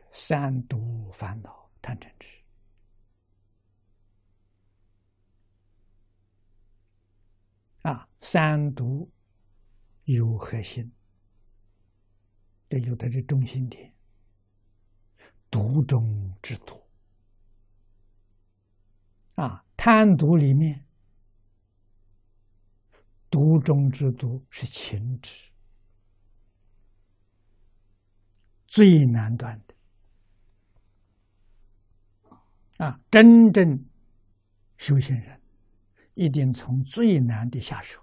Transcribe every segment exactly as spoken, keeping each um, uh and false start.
三毒烦恼贪嗔痴。啊，三毒有核心，这有的是中心点，毒中之毒。啊，贪毒里面，毒中之毒是情执，最难断的。啊，真正修行人一定从最难的下手，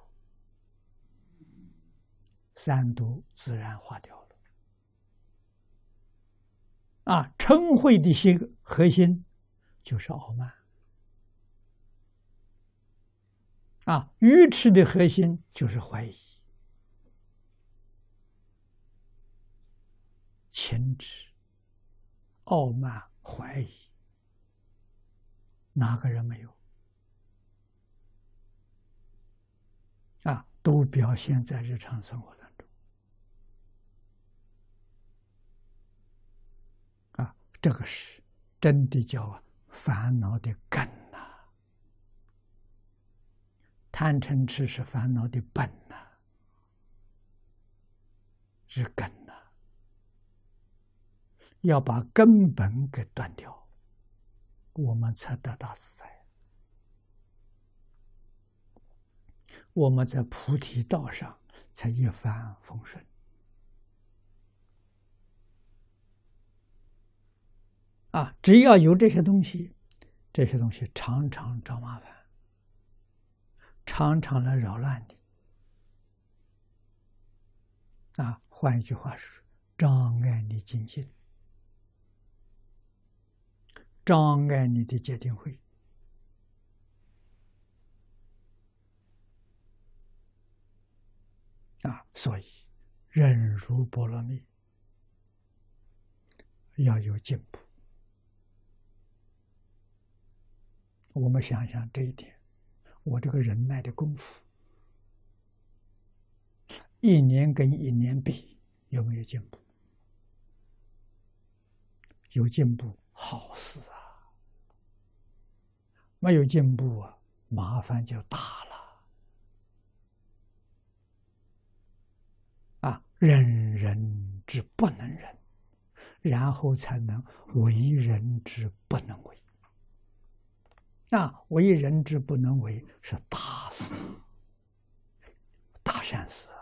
三毒自然化掉了。啊，嗔恚的心核心就是傲慢。啊，愚痴的核心就是怀疑、情执、傲慢、怀疑，哪个人没有？啊，都表现在日常生活当中。啊，这个是真的叫烦恼的根呐、啊。贪嗔痴是烦恼的本呐、啊，是根呐、啊。要把根本给断掉，我们才得大自在。我们在菩提道上才一帆风顺。啊，只要有这些东西，这些东西常常找麻烦，常常来扰乱你。啊，换一句话说，障碍你精进，障碍你的戒定慧。啊，所以忍辱波罗蜜要有进步。我们想想这一点，我这个忍耐的功夫，一年跟一年比，有没有进步？有進步，好事啊！没有進步啊，麻烦就大了。啊，忍人之不能忍，然后才能为人之不能为。啊，为人之不能为是大事，大善事。